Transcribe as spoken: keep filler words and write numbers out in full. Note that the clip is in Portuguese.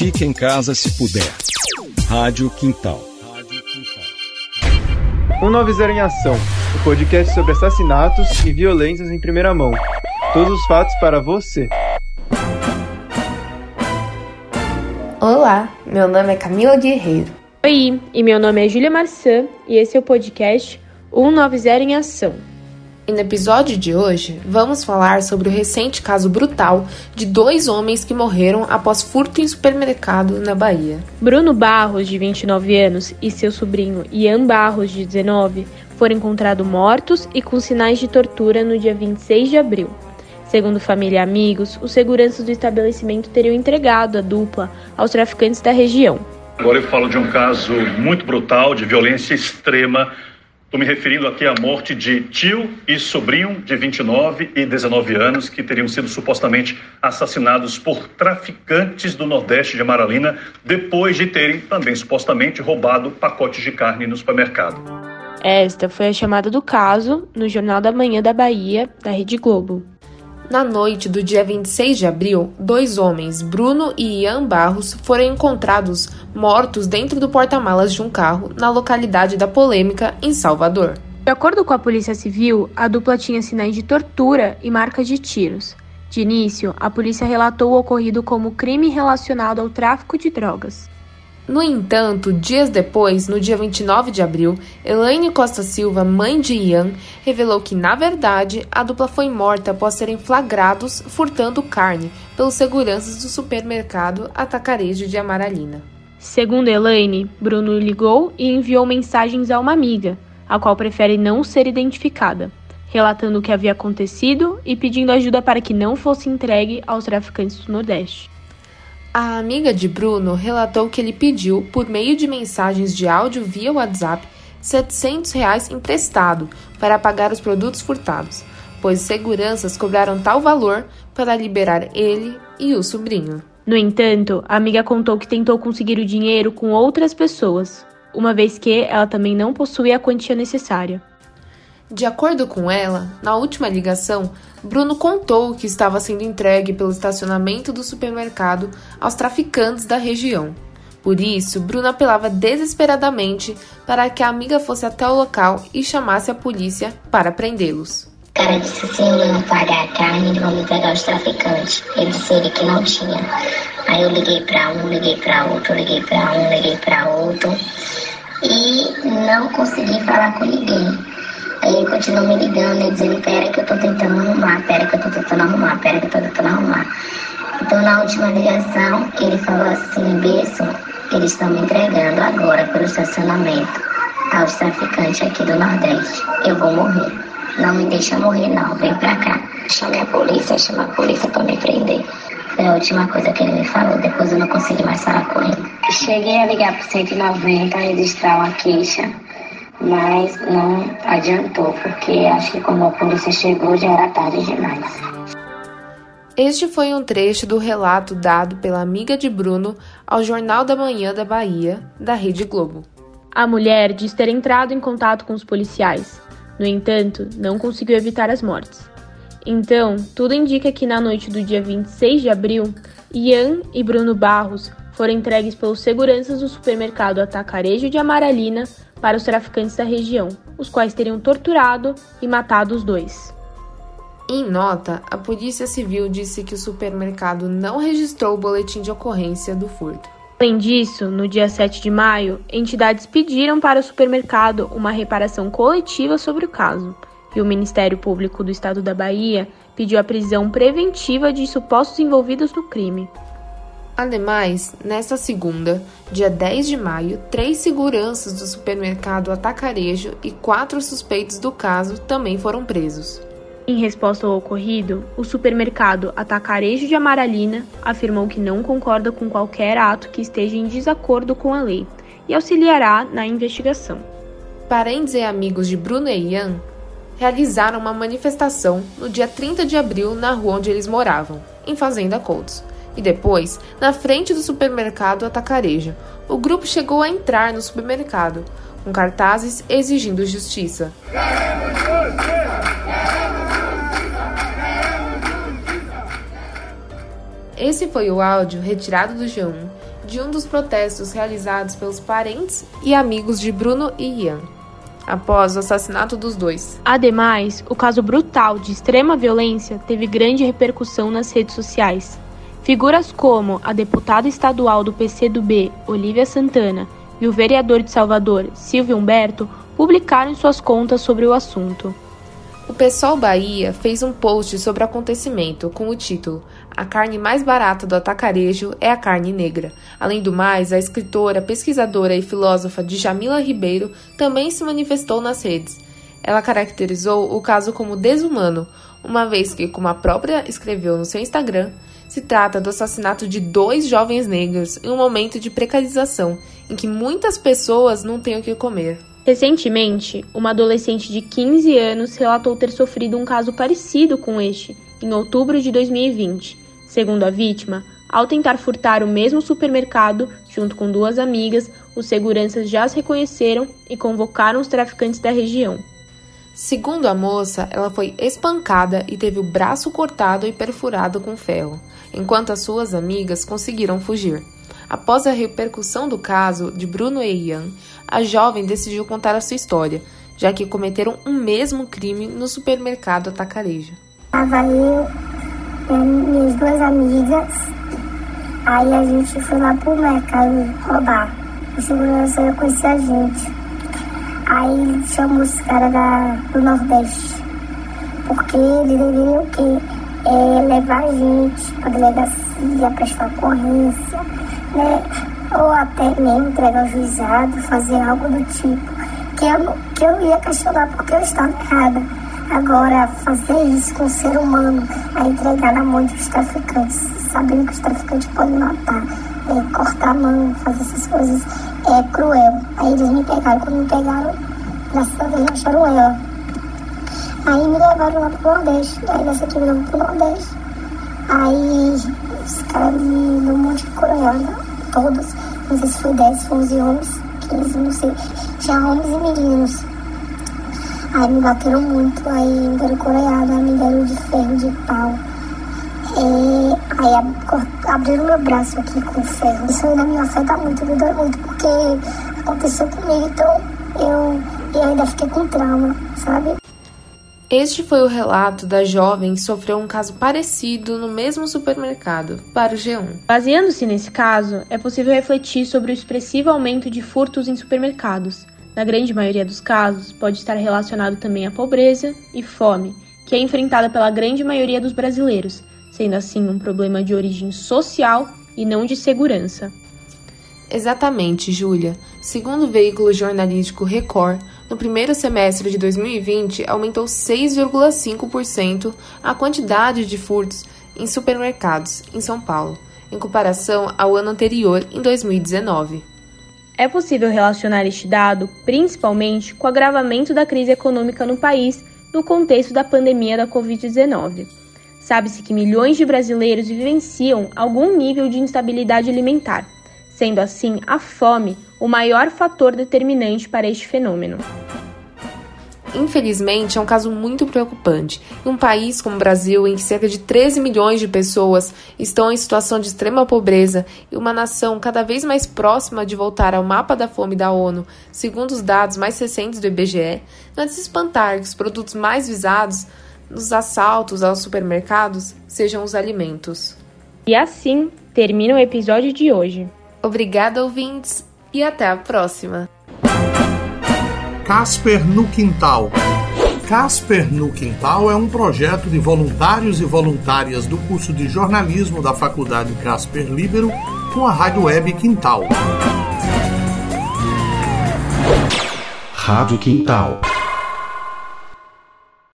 Fique em casa se puder. Rádio Quintal. cento e noventa em Ação, o podcast sobre assassinatos e violências em primeira mão. Todos os fatos para você. Olá, meu nome é Camila Guerreiro. Oi, e meu nome é Júlia Marçã e esse é o podcast cento e noventa em Ação. E no episódio de hoje, vamos falar sobre o recente caso brutal de dois homens que morreram após furto em supermercado na Bahia. Bruno Barros, de vinte e nove anos, e seu sobrinho Ian Barros, de dezenove, foram encontrados mortos e com sinais de tortura no dia vinte e seis de abril. Segundo família e amigos, os seguranças do estabelecimento teriam entregado a dupla aos traficantes da região. Agora eu falo de um caso muito brutal, de violência extrema. Estou me referindo aqui à morte de tio e sobrinho de vinte e nove e dezenove anos que teriam sido supostamente assassinados por traficantes do Nordeste de Amaralina depois de terem também supostamente roubado pacotes de carne no supermercado. Esta foi a chamada do caso no Jornal da Manhã da Bahia, da Rede Globo. Na noite do dia vinte e seis de abril, dois homens, Bruno e Ian Barros, foram encontrados mortos dentro do porta-malas de um carro na localidade da Polêmica, em Salvador. De acordo com a Polícia Civil, a dupla tinha sinais de tortura e marcas de tiros. De início, a polícia relatou o ocorrido como crime relacionado ao tráfico de drogas. No entanto, dias depois, no dia vinte e nove de abril, Elaine Costa Silva, mãe de Ian, revelou que, na verdade, a dupla foi morta após serem flagrados furtando carne pelos seguranças do supermercado Atacarejo de Amaralina. Segundo Elaine, Bruno ligou e enviou mensagens a uma amiga, a qual prefere não ser identificada, relatando o que havia acontecido e pedindo ajuda para que não fosse entregue aos traficantes do Nordeste. A amiga de Bruno relatou que ele pediu, por meio de mensagens de áudio via WhatsApp, setecentos reais emprestado para pagar os produtos furtados, pois seguranças cobraram tal valor para liberar ele e o sobrinho. No entanto, a amiga contou que tentou conseguir o dinheiro com outras pessoas, uma vez que ela também não possuía a quantia necessária. De acordo com ela, na última ligação, Bruno contou que estava sendo entregue pelo estacionamento do supermercado aos traficantes da região. Por isso, Bruno apelava desesperadamente para que a amiga fosse até o local e chamasse a polícia para prendê-los. O cara disse assim, eu não pagar a carne, vão me entregar aos traficantes. Ele disse ele que não tinha. Aí eu liguei para um, liguei para outro, liguei para um, liguei para outro e não consegui falar com ninguém. Aí ele continuou me ligando e dizendo, pera que eu tô tentando arrumar, pera que eu tô tentando arrumar, pera que eu tô tentando arrumar. Então na última ligação ele falou assim, Besson, eles estão me entregando agora pelo estacionamento aos traficantes aqui do Nordeste. Eu vou morrer. Não me deixa morrer não, vem pra cá. Chame a polícia, chama a polícia pra me prender. Foi a última coisa que ele me falou, depois eu não consegui mais falar com ele. Cheguei a ligar pro cento e noventa, registrar uma queixa. Mas não adiantou, porque acho que quando a polícia chegou já era tarde demais. Este foi um trecho do relato dado pela amiga de Bruno ao Jornal da Manhã da Bahia, da Rede Globo. A mulher diz ter entrado em contato com os policiais. No entanto, não conseguiu evitar as mortes. Então, tudo indica que na noite do dia vinte e seis de abril, Ian e Bruno Barros foram entregues pelos seguranças do supermercado Atacarejo de Amaralina para os traficantes da região, os quais teriam torturado e matado os dois. Em nota, a Polícia Civil disse que o supermercado não registrou o boletim de ocorrência do furto. Além disso, no dia sete de maio, entidades pediram para o supermercado uma reparação coletiva sobre o caso, e o Ministério Público do Estado da Bahia pediu a prisão preventiva de supostos envolvidos no crime. Ademais, nesta segunda, dia dez de maio, três seguranças do supermercado Atacarejo e quatro suspeitos do caso também foram presos. Em resposta ao ocorrido, o supermercado Atacarejo de Amaralina afirmou que não concorda com qualquer ato que esteja em desacordo com a lei e auxiliará na investigação. Parentes e amigos de Bruno e Ian realizaram uma manifestação no dia trinta de abril na rua onde eles moravam, em Fazenda Coutos. E depois, na frente do supermercado Atacarejo, o grupo chegou a entrar no supermercado, com cartazes exigindo justiça. Esse foi o áudio retirado do G um de um dos protestos realizados pelos parentes e amigos de Bruno e Ian, após o assassinato dos dois. Ademais, o caso brutal de extrema violência teve grande repercussão nas redes sociais. Figuras como a deputada estadual do P C do B, Olívia Santana, e o vereador de Salvador, Silvio Humberto, publicaram em suas contas sobre o assunto. O PSOL Bahia fez um post sobre o acontecimento com o título "A carne mais barata do atacarejo é a carne negra". Além do mais, a escritora, pesquisadora e filósofa Djamila Ribeiro também se manifestou nas redes. Ela caracterizou o caso como desumano, uma vez que, como a própria escreveu no seu Instagram, se trata do assassinato de dois jovens negros em um momento de precarização, em que muitas pessoas não têm o que comer. Recentemente, uma adolescente de quinze anos relatou ter sofrido um caso parecido com este, em outubro de dois mil e vinte. Segundo a vítima, ao tentar furtar o mesmo supermercado, junto com duas amigas, os seguranças já as reconheceram e convocaram os traficantes da região. Segundo a moça, ela foi espancada e teve o braço cortado e perfurado com ferro, enquanto as suas amigas conseguiram fugir. Após a repercussão do caso de Bruno e Ian, a jovem decidiu contar a sua história, já que cometeram o mesmo crime no supermercado atacarejo. Estava eu e minhas duas amigas, aí a gente foi lá pro mercado roubar. O segurança ia conhecer a gente. Aí ele chamou os caras da, do Nordeste, porque eles deveriam o quê? É, levar a gente para a delegacia, prestar ocorrência, né? Ou até mesmo entregar ao juizado, fazer algo do tipo, que eu, que eu ia questionar porque eu estava errada. Agora, fazer isso com o ser humano, é entregar na mão dos traficantes, sabendo que os traficantes podem matar, é, cortar a mão, fazer essas coisas, é cruel. Aí eles me pegaram, quando me pegaram, graças a Deus acharam ela. Aí me levaram lá pro Nordeste, aí nessa aqui me levaram pro Nordeste. Aí os caras me deu um monte de coronhada, todos, não sei se foi dez, onze homens, quinze, não sei, já homens e meninos. Aí me bateram muito, aí me deram coronhada, me deram de ferro, de pau. É, aí ab- abriram meu braço aqui com ferro. Isso ainda me afeta muito, me dói muito, porque aconteceu comigo, então eu, eu ainda fiquei com trauma, sabe? Este foi o relato da jovem que sofreu um caso parecido no mesmo supermercado, para o G um. Baseando-se nesse caso, é possível refletir sobre o expressivo aumento de furtos em supermercados. Na grande maioria dos casos, pode estar relacionado também à pobreza e fome, que é enfrentada pela grande maioria dos brasileiros, sendo assim um problema de origem social e não de segurança. Exatamente, Júlia. Segundo o veículo jornalístico Record, no primeiro semestre de dois mil e vinte, aumentou seis vírgula cinco por cento a quantidade de furtos em supermercados em São Paulo, em comparação ao ano anterior, em dois mil e dezenove. É possível relacionar este dado, principalmente, com o agravamento da crise econômica no país no contexto da pandemia da covid dezenove. Sabe-se que milhões de brasileiros vivenciam algum nível de instabilidade alimentar, sendo assim a fome o maior fator determinante para este fenômeno. Infelizmente, é um caso muito preocupante. Em um país como o Brasil, em que cerca de treze milhões de pessoas estão em situação de extrema pobreza e uma nação cada vez mais próxima de voltar ao mapa da fome da ONU, segundo os dados mais recentes do I B G E, não é de se espantar que os produtos mais visados nos assaltos aos supermercados sejam os alimentos. E assim, termina o episódio de hoje. Obrigada, ouvintes, e até a próxima! Casper no Quintal. Casper no Quintal é um projeto de voluntários e voluntárias do curso de jornalismo da Faculdade Casper Líbero com a Rádio Web Quintal. Rádio Quintal.